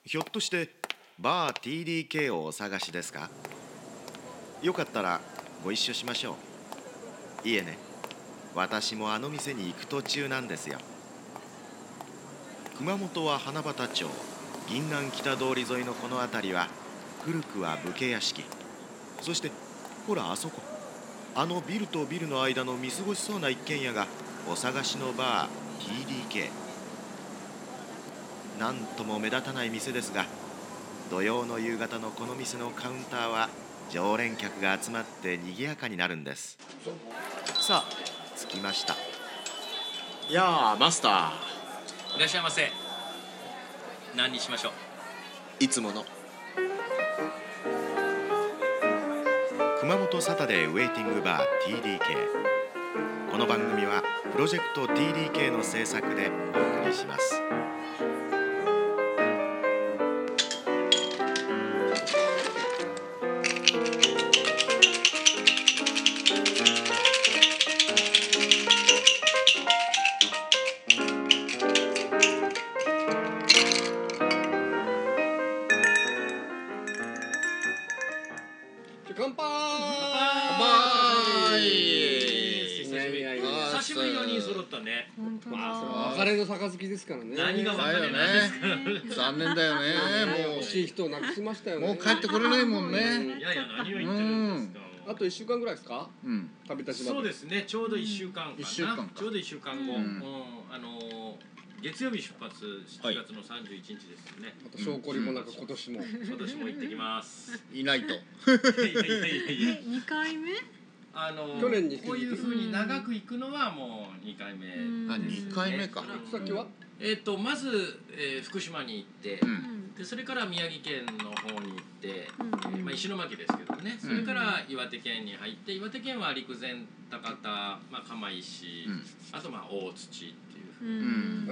ひょっとしてバー TDK をお探しですか？よかったらご一緒しましょう。いえね、私もあの店に行く途中なんですよ。熊本は花畑町、銀南北通り沿いのこの辺りは古くは武家屋敷、そしてほらあそこ、あのビルとビルの間の見過ごしそうな一軒家がお探しのバー TDK。 なんとも目立たない店ですが、土曜の夕方のこの店のカウンターは常連客が集まって賑やかになるんです。さあ着きました。 いやーマスター、 いらっしゃいませ。何にしましょう？ いつもの。 熊本サタデーウェイティングバー TDK。 この番組はプロジェクト TDK の制作でお送りします。 乾杯。 久しぶり4人揃ったね。 本当だ。 まあそれは別れの杯ですからね。 何が別れなんですか？ 残念だよね。も欲しい人を亡くしましたよね。 う帰ってこれないもんね。 いやいや、何を言ってるんですか？ あと1週間ぐらいですか？ うん食べたしまそうですね、ちょうど1週間かな。 一週間かちょうど1週間後、 うん月曜日出発、7月の31日ですよね。 あと証拠りもなく今年も。 今年も行ってきます。 いないと。 いやいやいやいや、 2回目？ 去年にこういう風に長く行くのはもう2回目ですね。 あ、2回目か。 行く先は？ まず、福島に行って、 うんでそれから宮城県の方に行って、 うん石巻ですけどね、それから岩手県に入って、岩手県は陸前高田、釜石、あと大土っていう、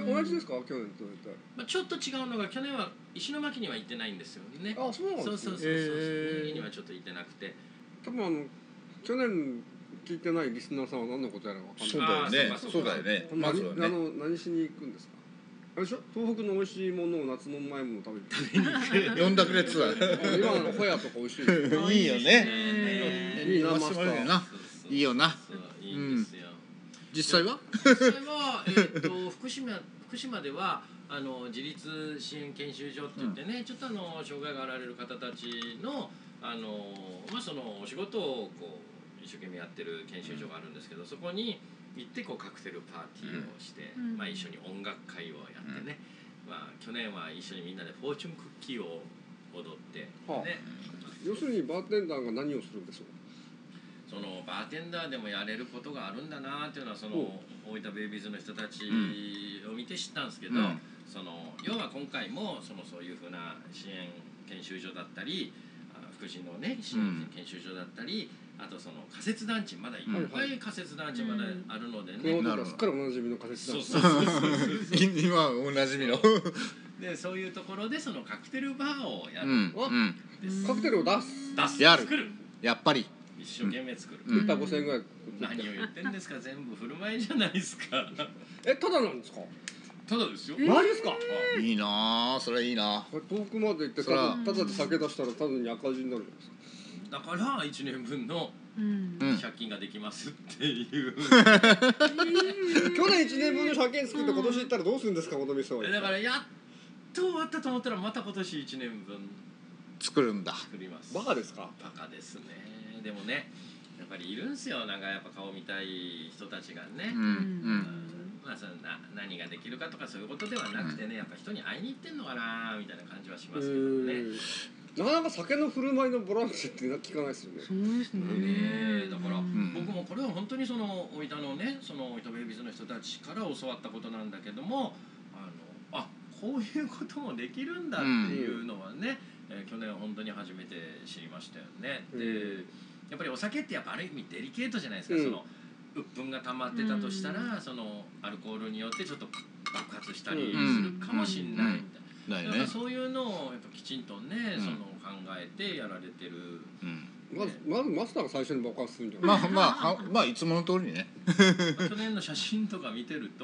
同じですか？去年と大体。 ちょっと違うのが、去年は石巻には行ってないんですよね。 あ、そうなんですね。 そう宮城にはちょっと行ってなくて、 多分去年聞いてないリスナーさんは何のことやらわかんない。 そうだよね。 あーそうかそうだよね。まずはね。 何しに行くんですか？あれでしょ？東北の美味しいものを夏の前も食べる。 呼んだくれツアー。 今のホヤとか美味しい。 いいよね。 いいなマスター。 いいよな。 いいんですよ。 実際は？ 実際は福島では自立支援研修所って言ってね、ちょっと障害があられる方たちのそのお仕事をこう一生懸命やってる研修所があるんですけど、そこに行ってカクテルパーティーをして、一緒に音楽会をやってね、去年は一緒にみんなでフォーチュンクッキーを踊ってね、 要するにバーテンダーが何をするんでしょう？ そのバーテンダーでもやれることがあるんだなっていうのは、その大分ベイビーズの人たちを見て知ったんですけど、その要は今回もそういうふうな支援研修所だったり、福祉のね支援研修所だったり、あとその仮設団地、まだいっぱい仮設団地まだあるのでね、 すっかりおなじみの仮設団地。 今はおなじみの。 でそういうところでそのカクテルバーをやるうんカクテルを出す。 やる作る、 やっぱり。 一生懸命作る。 1杯5000円ぐらい。 何を言ってんですか、全部振る舞いじゃないですか。 ただなんですか？ ただですよ。 マジですか？ いいなあ、それいいな。 遠くまで行ってただで酒出したらただに赤字になるじゃないですか。 だから1年分の借金ができますっていう。 去年1年分の借金作って今年行ったらどうするんですか、この店は。 だからやっと終わったと思ったら、また今年1年分作るんだ。 作ります。 バカですか？ バカですね。でもね、やっぱりいるんすよ、なんかやっぱ顔見たい人たちがね。その何ができるかとかそういうことではなくてね、やっぱ人に会いに行ってんのかなみたいな感じはしますけどね。 なかなか酒の振る舞いのボランスって聞かないですよね。 そうですね。 だから僕もこれは本当にその大分のね、その大分ベイビーズの人たちから教わったことなんだけども、こういうこともできるんだっていうのはね、去年本当に初めて知りましたよね。でやっぱりお酒ってやっぱある意味デリケートじゃないですか。その鬱憤が溜まってたとしたら、そのアルコールによってちょっと爆発したりするかもしれないみたいな。だからそういうのをやっぱきちんとね、その考えてやられてる。 まずマスターが最初に爆発するんじゃない？ まあいつもの通りにね。 去年の写真とか見てると、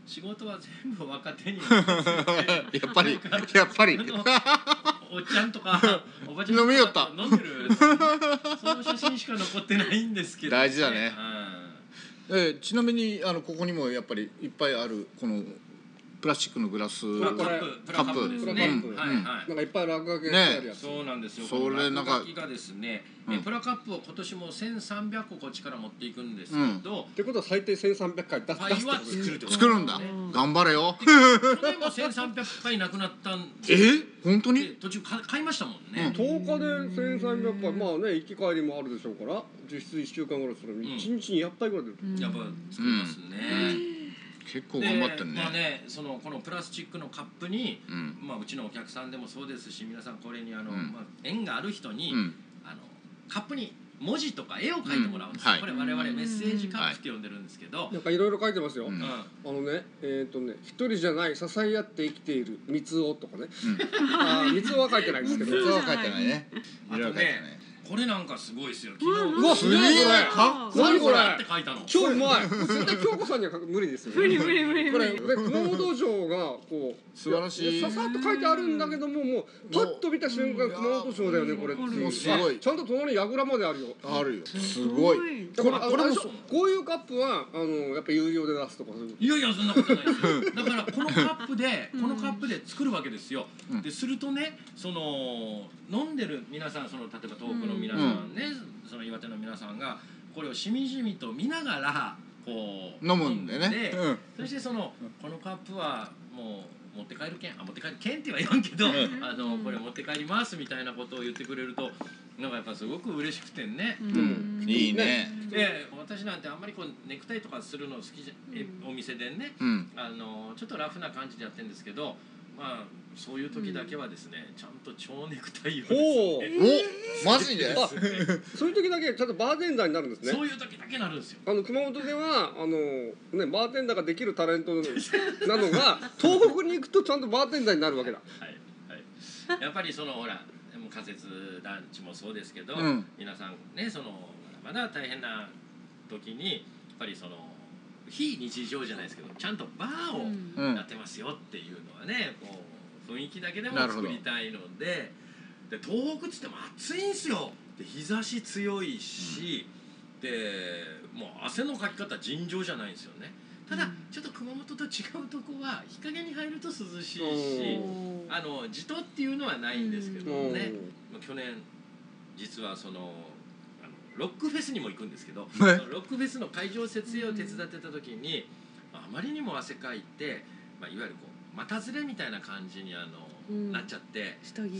仕事は全部若手にやっぱりおっちゃんとかおばちゃんとか飲みよった飲んでるその写真しか残ってないんですけど、 大事だねうんちなみにここにもやっぱりいっぱいあるこのプラスチックのグラスプラカップですね、 プラはいはい、 なんかいっぱい落書きがしてあるやつ、 そうなんですよ。 それなんか落書きがですね、 うんプラカップを今年も1300個こっちから持っていくんですけど、 ってことは最低1300回出す灰はってことですね作るってこと作るんだ、 ね頑張れよ去年も1300回なくなったんで本当に途中買いましたもんね。 10日で1300回、まあね行き帰りもあるでしょうから実質1週間ぐらいする1日に100回ぐらい出る、 やっぱ作りますね。 結構頑張ってんねまあね、このプラスチックのカップに、 うんうちのお客さんでもそうですし、皆さんこれにん縁がある人に、 うんカップに文字とか絵を描いてもらうんですよ、 はいこれ我々メッセージカップって呼んでるんですけど、 なんかいろいろ書いてますよ、 うん一人じゃない支え合って生きている三つおとかね、三つおは書いてないんですけどそれは書いてないねあといろいろ書いてないねこれなんかすごいですよ。昨日うわすげえこれ何これって書いたの。 超うまい絶対京子さんには無理ですよね無理無理無理これ無理で熊本城がこう素晴らしいささっと書いてあるんだけどももうパッと見た瞬間熊本城だよねこれっていうもうすごいあちゃんと隣に櫓まであるよあるよすごいだからこれもあれでしょこういうカップはやっぱ有料で出すとかそういういやいやそんなことないですよ。だからこのカップで作るわけですよ。でするとね、飲んでる皆さん、例えば東北の皆さんね、その岩手の皆さんがこれをしみじみと見ながらこう飲むんでねそしてこのカップはもう持って帰る券っては言わんけど、これ持って帰りますみたいなことを言ってくれるとなんかやっぱすごく嬉しくてね。 いいねで私なんてあんまりネクタイとかするの好きじゃ、お店でね、ちょっとラフな感じでやってるんですけど、そういう時だけはですね、ちゃんと蝶ネクタイをですね、 おマジであそういう時だけちゃんとバーテンダーになるんですねそういう時だけなるんですよ。 熊本ではバーテンダーができるタレントなのが東北に行くとちゃんとバーテンダーになるわけだはいはい、やっぱりほら仮設団地もそうですけど、皆さんねまだ大変な時にやっぱり非日常じゃないですけどちゃんとバーをやってますよっていうのはね、雰囲気だけでも作りたいので、東北っつっても暑いんですよ。で日差し強いし、でもう汗のかき方尋常じゃないんですよね。ただちょっと熊本と違うとこは日陰に入ると涼しいし、じとっていうのはないんですけどね。去年実はロックフェスにも行くんですけど、ロックフェスの会場設営を手伝ってた時にあまりにも汗かいて、いわゆる股ずれみたいな感じになっちゃって、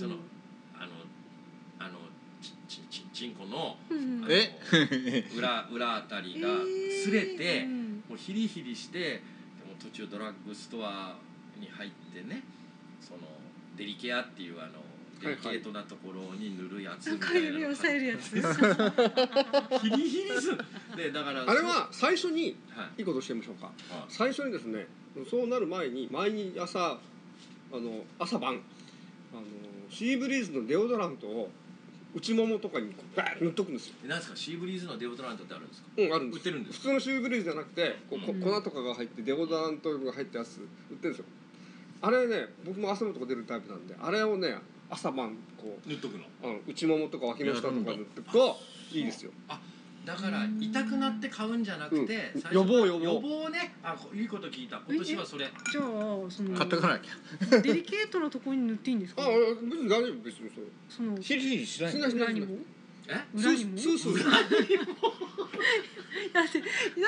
チンコの裏あたりが擦れて、もうヒリヒリして、でも途中ドラッグストアに入ってね、デリケアっていうデリケートなところに塗るやつみたいなの小指を押さえるやつヒリヒリするでだからあれは最初にはいいいことしてみましょうかあ最初にですねそうなる前に朝晩シーブリーズのデオドラントを内ももとかにバーッと塗っとくんですよ。 なんですかシーブリーズのデオドラントってあるんですか？ あるんです。 売ってるんです普通のシーブリーズじゃなくて粉とかが入ってデオドラントが入ったやつ売ってるんですよ。あれね僕も汗のとこ出るタイプなんであれをね朝晩塗っとくの。 内ももとか脇の下とか塗ってくといいですよ。 だから痛くなって買うんじゃなくて、最初予防ね。いいこと聞いた。今年はそれ。 じゃあ買ってかなきゃデリケートなところに塗っていいんですか？ 別に大丈夫別にそのヒリヒリしないしない裏にもえ？ 裏にもスースーだって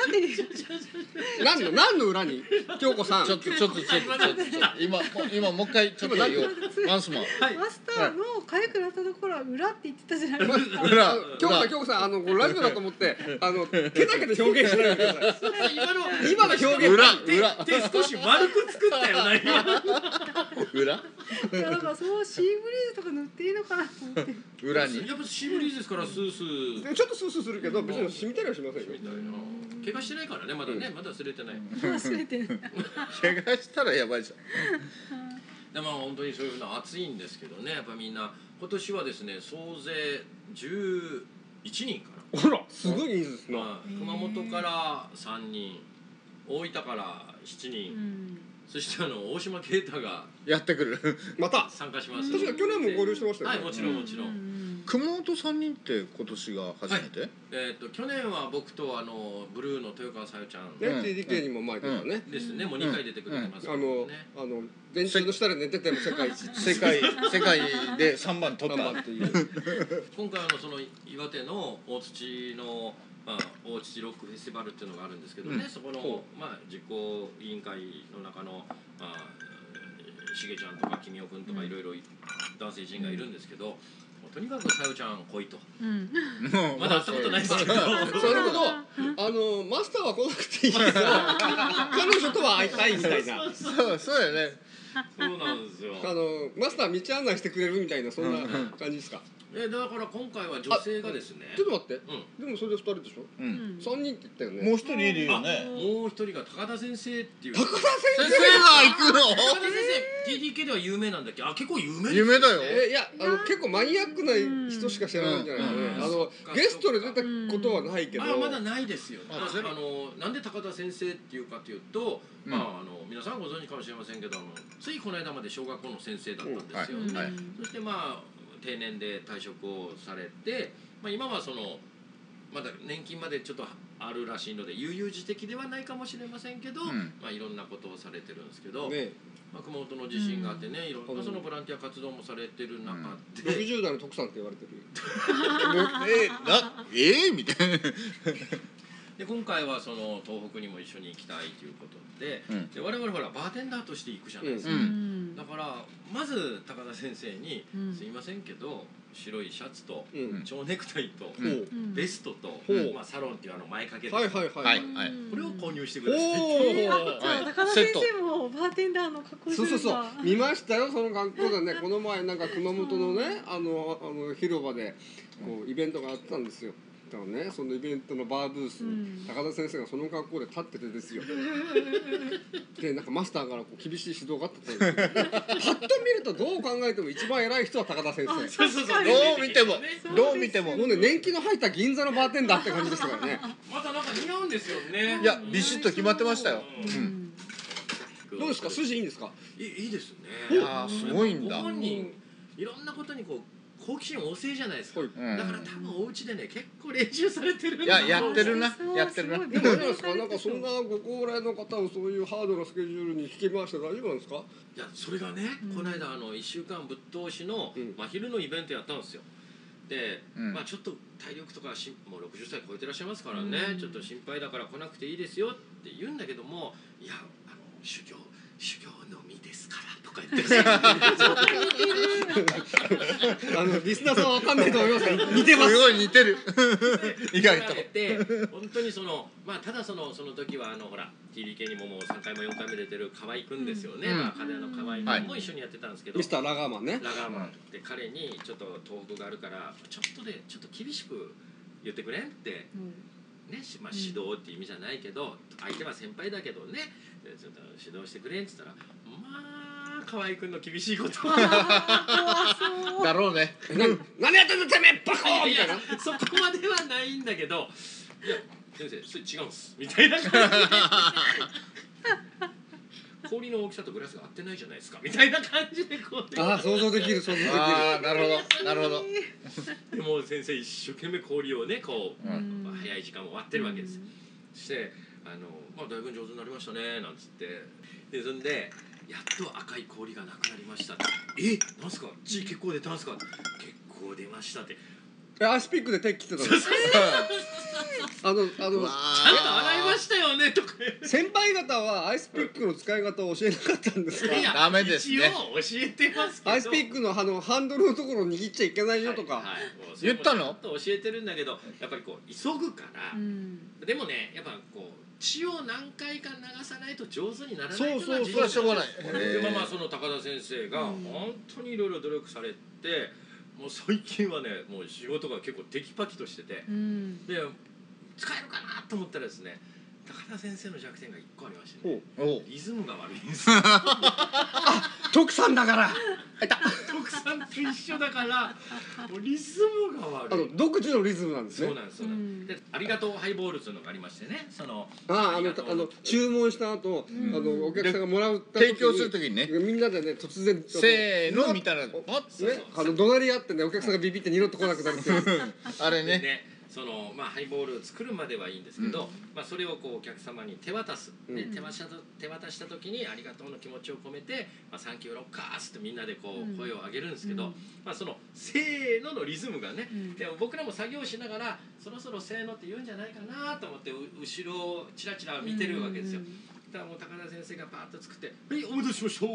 何の裏に京子さんちょっと今もう一回ちょっと言おうワンスマンマスターの痒くなったところは裏って言ってたじゃないですか。 京子さんラジオだと思って手だけで表現しないでください。今の表現裏手少し丸く作ったよね。 裏いやだからそうシーブリーズとか塗っていいのかなと思って。 裏にやっぱシーブリーズですからスースー。 でちょっとスースーするけど別に染みたりはしませんよ。 怪我してないからねまだねまだ忘れてない。 忘れてる。 怪我したらやばいじでも本当にそういうふうな暑いんですけどねやっぱみんな今年はですね総勢11人かな。 ほらすごいいいですね。 熊本から3人大分から 7人、 うん、 そして大島啓太がやってくるまた参加します。 確か去年も合流してましたよね。 はい、もちろんもちろん。 うん、 熊本3人って今年が初めて、 去年は僕とブルーの豊川さゆちゃんね、TDK にも前出たね。 ですね、もう2回出てくれてますからね。 電柱の下で寝てても世界一世界で3番取った頑張っていう。 今回その岩手の大槌の大槌ロックフェスティバルっていうのがあるんですけどね、そこの実行委員会の中のしげちゃんとか君雄君とかいろいろ男性陣がいるんですけど、とにかくさゆちゃん来いと、まだ会ったことないですけど、 それほどマスターは来なくていいけど彼女とは会いたいみたいな。 そうやね。 そうなんですよ。 マスター道案内してくれるみたいな、そんな感じですか。 だから今回は女性がですね、 ちょっと待って、でもそれで2人でしょ、3人って言ったよね。 もう1人いるよね。 もう1人が高田先生っていう。 高田先生が行くの？ 高田先生 TDK では有名なんだっけ？結構有名ですね。 有名だよ。 いや結構マニアックな人しか知らないんじゃないですかね。ゲストで出たことはないけど。 まだないですよ。なんで高田先生っていうかというと、皆さんご存知かもしれませんけど、ついこの間まで小学校の先生だったんですよね。そして定年で退職をされて、今はまだ年金までちょっとあるらしいので悠々自適ではないかもしれませんけど、いろんなことをされてるんですけど、熊本の地震があってね、いろんなそのボランティア活動もされてる中で、 60代の徳さんって言われてる。 みたいな。 で今回はその東北にも一緒に行きたいということで、我々ほらバーテンダーとして行くじゃないですか。だからまず高田先生に「すいませんけど白いシャツと蝶ネクタイとベストとサロンっていう前掛けです、これを購入してください。 高田先生もバーテンダーの格好してるんだ。 そう見ましたよ、その格好でね。この前なんか熊本のね広場でこうイベントがあったんですよ。だからね、そのイベントのバーブース、高田先生がその格好で立っててですよ。でなんかマスターから厳しい指導があったんですよ。パッと見るとどう考えても一番偉い人は高田先生。 どう見てももうね、年季の入った銀座のバーテンダーって感じでしたからね。 またなんか似合うんですよね。 いやビシッと決まってましたよ。 どうですか、筋いいんですか？ いいですね。 いやすごいんだ。 ご本人いろんなことに好奇心旺盛じゃないですか。だから多分お家でね結構練習されてるんだ。 やってるな。 でもあれですか、なんかそんなご高齢の方をそういうハードなスケジュールに引き回して大丈夫なんですか？ いやそれがね、この間1週間ぶっ通しの真昼のイベントやったんですよ。で、ちょっと体力とかもう60歳超えてらっしゃいますからね、ちょっと心配だから来なくていいですよって言うんだけども、いや修行のみですからとか言ってリスナーさんは分かんないと思いますけど似てます。 すごい似てる。意外と。 本当にただその時はほら TDK にももう3回も4回目出てる河合くんですよね。金谷の河合くんも一緒にやってたんですけど、 ミスターラガーマンね。 ラガーマンで彼にちょっと東北があるからちょっと厳しく言ってくれんってね、指導っていう意味じゃないけど、相手は先輩だけどね、ちょっと指導してくれんっつったら、河合くんの厳しいことだろうね。 何やってんのてめえバカみたいな。 そこまではないんだけど、いや先生それ違うんすみたいな感じで氷の大きさとグラスが合ってないじゃないですかみたいな感じで想像できる。 なるほど。 でも先生一生懸命氷をね早い時間も割ってるわけです。そしてだいぶ上手になりましたねなんつって、でそんでやっと赤い氷がなくなりましたって。なんすか血結構出たんすか？結構出ましたって。 アイスピックで手切ってたの。ちゃんと洗いましたよねとか。 先輩方はアイスピックの使い方を教えなかったんですか？ ダメですね。 一応教えてますけど。 アイスピックのハンドルのところを握っちゃいけないよとか言ったの？ 教えてるんだけど、やっぱり急ぐから。でもね、やっぱ血を何回か流さないと上手にならないというのは事実です。 それはしょうがない。 でその高田先生が本当にいろいろ努力されて、もう最近はねもう仕事が結構テキパキとしてて、で使えるかなと思ったらですね、高田先生の弱点が1個ありましてね、リズムが悪いんですよ。 徳さんだから。 徳ささんと一緒だからもうリズムが悪い。 独自のリズムなんですね。 そうなんです、そうなんです。でありがとうハイボールというのがありましてね、 注文した後、お客さんがもらう提供するときにね、 みんなでね突然せーのみたいなパッね、怒鳴り合ってね、お客さんがビビって二度と来なくなるっていうあれね。 でそのハイボール作るまではいいんですけど、それをこうお客様に手渡す、手渡した時にありがとうの気持ちを込めて、サンキューロッカースってみんなでこう声を上げるんですけど、そのせーののリズムがね、でも僕らも作業しながらそろそろせーのって言うんじゃないかなと思って後ろをチラチラ見てるわけですよ。だからもう高田先生がバーッと作って「はいお待たせしました」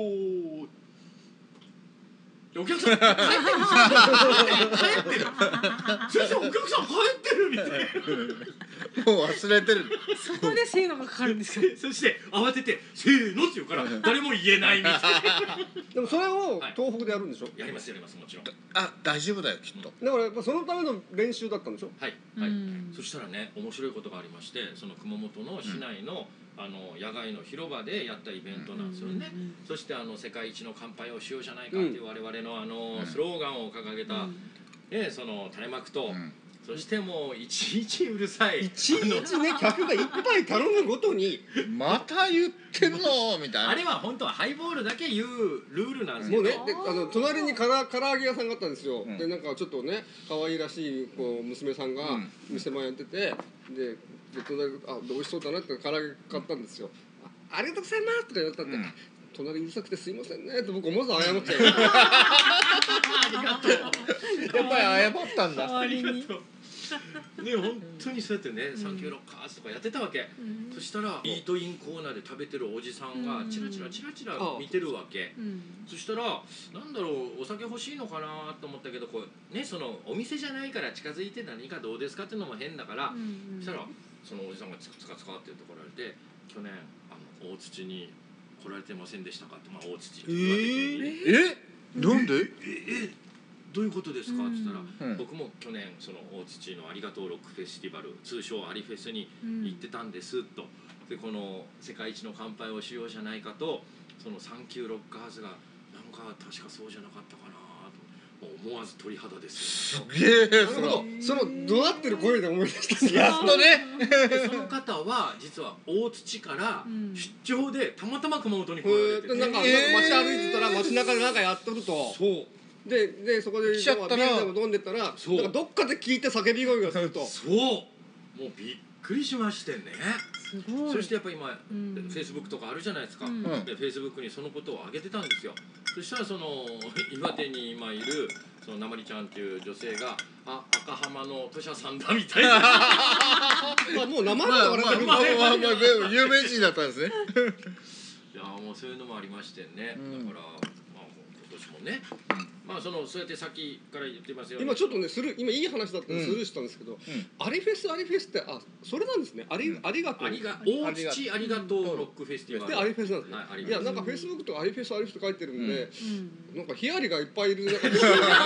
お客さん帰ってる帰ってる先生お客さん帰ってるみたいなもう忘れてる。 そこでせーのがかかるんですか。 そして慌てて「せーの」って言うから誰も言えないみたいなでもそれを東北でやるんでしょ。 やりますもちろん。 あ、大丈夫だよきっと。 だからやっぱそのための練習だったんでしょ。 はい、そしたらね面白いことがありまして、その熊本の市内の野外の広場でやったイベントなんですよね。そして世界一の乾杯をしようじゃないかっていう我々のスローガンを掲げた、その垂れ幕と、そしてもういちいちうるさいいちいちね、客がいっぱい頼むごとにまた言ってんのみたいな。 あれは本当はハイボールだけ言うルールなんですけど、 もうね、で隣に唐揚げ屋さんがあったんですよ。でなんかちょっとね可愛らしいこう娘さんが店前やってて、で隣美味しそうだなって唐揚げ買ったんですよ。ありがとうございますとか言ったって、隣うるさくてすいませんねって僕思わず謝っちゃう。 ありがとうやっぱり謝ったんだ。 ありがとうね、本当にそうやってね「サンキューロッカーズ」とかやってたわけ。そしたらイートインコーナーで食べてるおじさんがチラチラ見てるわけ。そしたらなんだろう、お酒欲しいのかなと思ったけど、こうね、そのお店じゃないから近づいて何かどうですかっていうのも変だから、そしたらそのおじさんがつかつかって言ってこられて「去年大槌に来られてませんでしたか?」って、大槌って言われてなんで？ どういうことですかって言ったら、僕も去年その大槌のありがとうロックフェスティバル、通称アリフェスに行ってたんですと。でこの世界一の乾杯をしようじゃないかと、そのサンキューロッカーズがなんか確かそうじゃなかったかなと思わず鳥肌ですよ。 すげえ。 その怒鳴ってる声で思い出したんです。 やっとね。 でその方は実は大槌から出張でたまたま熊本に来られてて、 なんか街歩いてたら街中でなんかやっとると。 そうでそこでビールでも飲んでたら、なんかどっかで聞いて叫び声がすると、 そうもうびっくりしましてね。 すごい。 そしてやっぱり今、フェイスブックとかあるじゃないですか、でフェイスブックにそのことを上げてたんですよ。そしたらその岩手に今いるそのなまりちゃんっていう女性が「あ、赤浜のトシャさんだ」みたいなもう名前とか有名人だったんですね。 いやもうそういうのもありましてね、だから今年もね、そうやってさっきから言ってますように、 今ちょっとね今いい話だったんでスルーしたんですけど、アリフェスってそれなんですね。ありがとう。 大槌ありがとうロックフェスティバルでアリフェスなんですね。いやなんかフェイスブックとかアリフェスって書いてるんで、なんかヒヤリがいっぱいいる中で。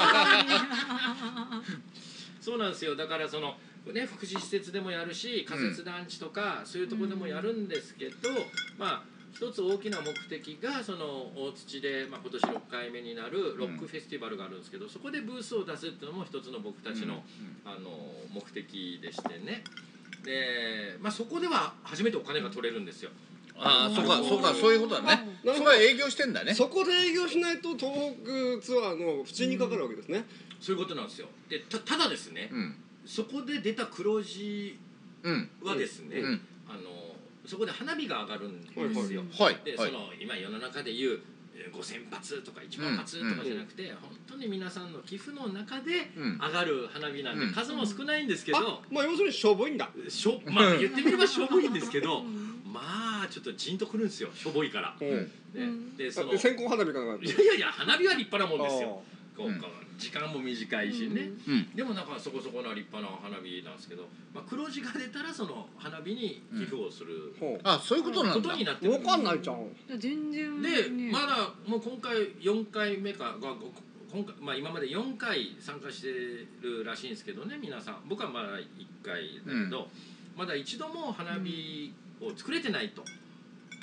そうなんですよ。だからそのね、福祉施設でもやるし仮設団地とかそういうところでもやるんですけど、一つ大きな目的がその大槌で、今年6回目になるロックフェスティバルがあるんですけど、そこでブースを出すっていうのも一つの僕たちの、目的でしてね。で、そこでは初めてお金が取れるんですよ。 ああ、そういうことだね。そこは営業してんだね。 そこで営業しないと東北ツアーの不沈にかかるわけですね。 そういうことなんですよ。で、ただですね、そこで出た黒字はですね、そこで花火が上がるんですよ。で、その今世の中でいう5000発とか1万発とかじゃなくて、本当に皆さんの寄付の中で上がる花火なんで、数も少ないんですけど、 要するにしょぼいんだ。 言ってみればしょぼいんですけど、ちょっとジンとくるんですよ、しょぼいから。でその線香花火かな。 いや花火は立派なもんですよ。時間も短いしね、でもなんかそこそこな立派な花火なんですけど、黒字が出たらその花火に寄付をするそういうことなんだ。 ことになってる。 分かんないじゃん。 全然でまだもう今回4回目か今回、今まで4回参加してるらしいんですけどね、皆さん。僕はまだ1回だけど、まだ一度も花火を作れてないと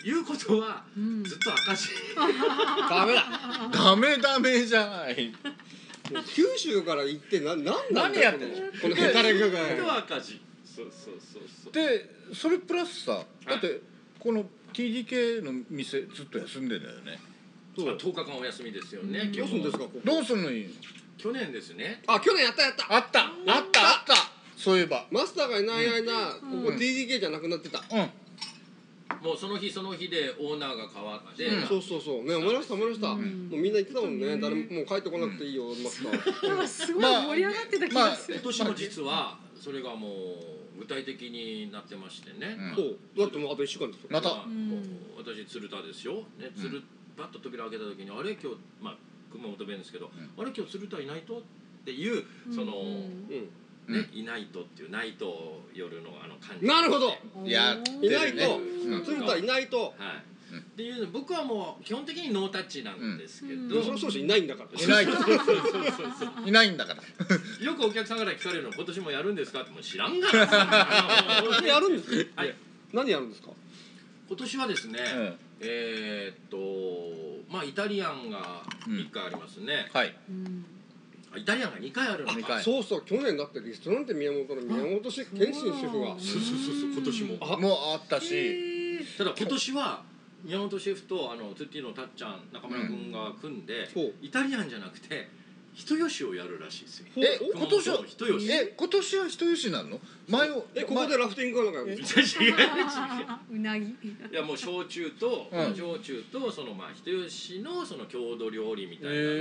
いうことはうんずっと赤字。 ダメだ。 ダメじゃない。 九州から行ってなんだ何やってんのこのヘタレがずっと赤字。そう。 でそれプラスさ、だってこの TDK の店ずっと休んでんだよね。 そう10日間お休みですよね。 どうするんですかここ。 どうすんのいいの？ 去年ですね。 あ、去年やった。 あったそういえば。 マスターがいない間、ここ TDK じゃなくなってた。 もうその日でオーナーが変わって、 そうね、思い出した。もうみんな言ってたもんね。誰ももう帰ってこなくていいよ、マスター。 なんかすごい盛り上がってた気がする。 今年も実はそれがもう具体的になってましてね。 そうだってもうあと1週間ですよ。 また私鶴田ですよ。ね、パッと扉開けた時にあれ今日熊本弁ですけど、あれ今日鶴田いないとっていうそのね、いないとっていうナイト夜の感じ。 なるほど。 やってるね。 いないと鶴田いないと。 はい。っていう僕はもう基本的にノータッチなんですけど、 そりゃそうしいないんだから。 いないんだから。 よくお客さんから聞かれるの今年もやるんですかってもう知らんがな。 やるんです。 はい。 何やるんですか。 今年はですね、イタリアンが1回ありますね。 はい。 イタリアンが2回あるの。 そう去年だってリストランテ宮本の宮本健信シェフが。 そう今年も。 もうあったし。 ただ今年は宮本シェフとツッティのたっちゃん中村君が組んで、イタリアンじゃなくて人吉をやるらしいですよ。 今年は人吉。 今年は人吉なの？前をここでラフティングかなんかやるんですか？ うなぎ。 いやもう焼酎と焼酎とその人吉のその郷土料理みたいなのを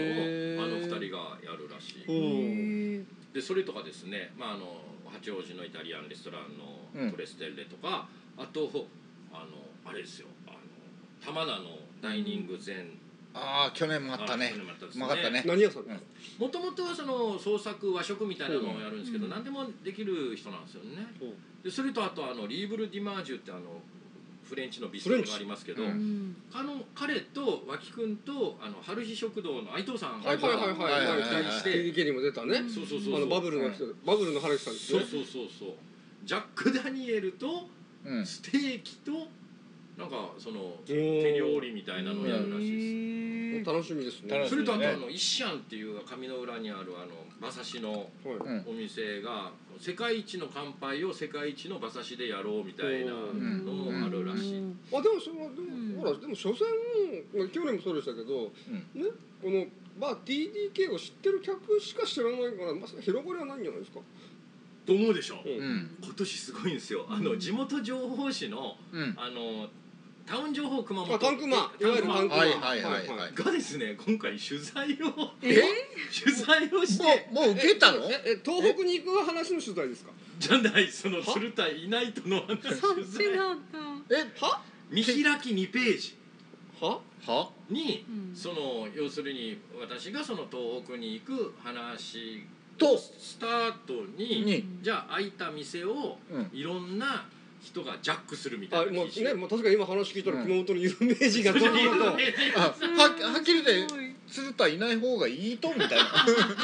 2人がやるらしい。でそれとかですね、八王子のイタリアンレストランのプレステッレとか、あとあれですよ、玉名のダイニング前。 去年もあったね。うまかったね。 何屋さんですか？ もともとはその創作和食みたいなのをやるんですけど、何でもできる人なんですよね。でそれとあとリーブル・ディマージュってフレンチのビストロがありますけど、彼と脇君と春日食堂の相藤さんがして TDK にも出たね。バブルの人、バブルの春日さんですね。 そうジャック・ダニエルとステーキとなんかその手料理みたいなのをやるらしいです。 楽しみですね。 それとあとイッシャンっていう上の裏にある馬刺しのお店が世界一の乾杯を世界一の馬刺しでやろうみたいなのもあるらしい。 でもほらでも所詮去年もそうでしたけどね、このTDK を知ってる客しか知らないからまさか広がりはないんじゃないですか。 と思うでしょ。今年すごいんですよ。地元情報誌のタウン情報熊本タンクマいわゆるタンクマがですね今回取材をしてもう受けたの？ 東北に行く話の取材ですか？ じゃないその鶴田いないとの話取材。見開き2ページにその要するに私がその東北に行く話とスタートにじゃあ開いた店をいろんな人がジャックするみたいな。 もう確かに今話聞いたら熊本の有名人がどんどんとはっきり言って鶴田いない方がいいとみたいな。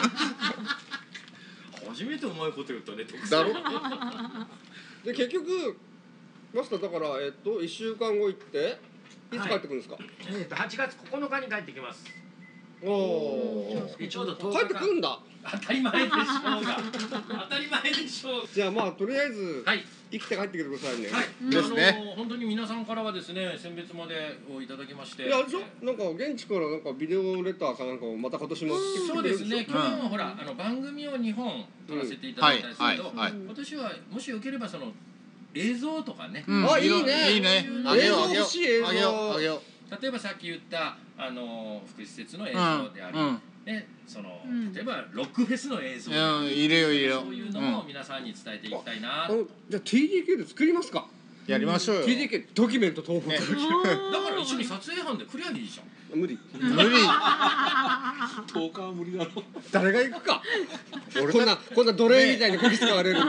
初めてうまいこと言ったね。 だろ。 で結局マスターだから1週間後行っていつ帰ってくるんですか ？8月9日に帰ってきます。 ちょうど10日間帰ってくるんだ。 当たり前でしょうが。当たり前でしょう。 じゃあとりあえず生きて帰ってきてくださいね。 ですね。 本当に皆さんからはですね選別までをいただきまして。 いやでしょ。なんか現地からなんかビデオレターかなんかをまた今年もそうですね。去年はほら番組を2本撮らせていただいたんですけど、今年はもしよければその映像とかね。 いいね。 いいね。あげようあげよう。 例えばさっき言った福祉施設の映像であり、その例えばロックフェスの映像、 入れよそういうのも皆さんに伝えていきたいな。 じゃあ TDK で作りますか。 やりましょうよ。 TDK ドキュメント東北。 だから一緒に撮影班でクリアでいいじゃん。 無理。 無理。 10日は無理だろ。 誰が行くか。こんな奴隷みたいにこき使われるの。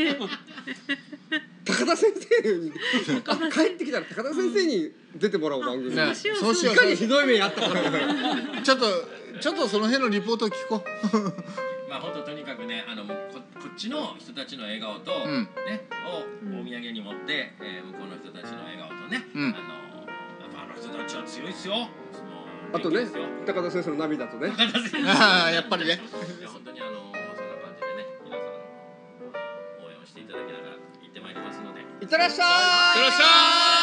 高田先生に帰ってきたら高田先生に出てもらおう番組。 そうしよう。 いかにひどい目にあったか。 ちょっとその辺のリポートを聞こう。 まあ本当とにかくねこっちの人たちの笑顔とねをお土産に持って向こうの人たちの笑顔とね人たちは強いですよ。 あとね元気ですよ高田先生の涙とね高田先生ああやっぱりね。 いや本当にそんな感じでね皆さん応援をしていただきながら行ってまいりますので。 いってらっしゃい。 いってらっしゃ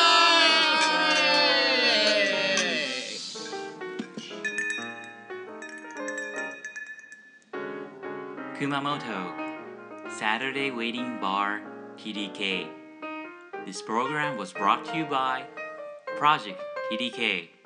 い。 Kumamoto Saturday Waiting Bar TDK. This program was brought to you by Project TDK.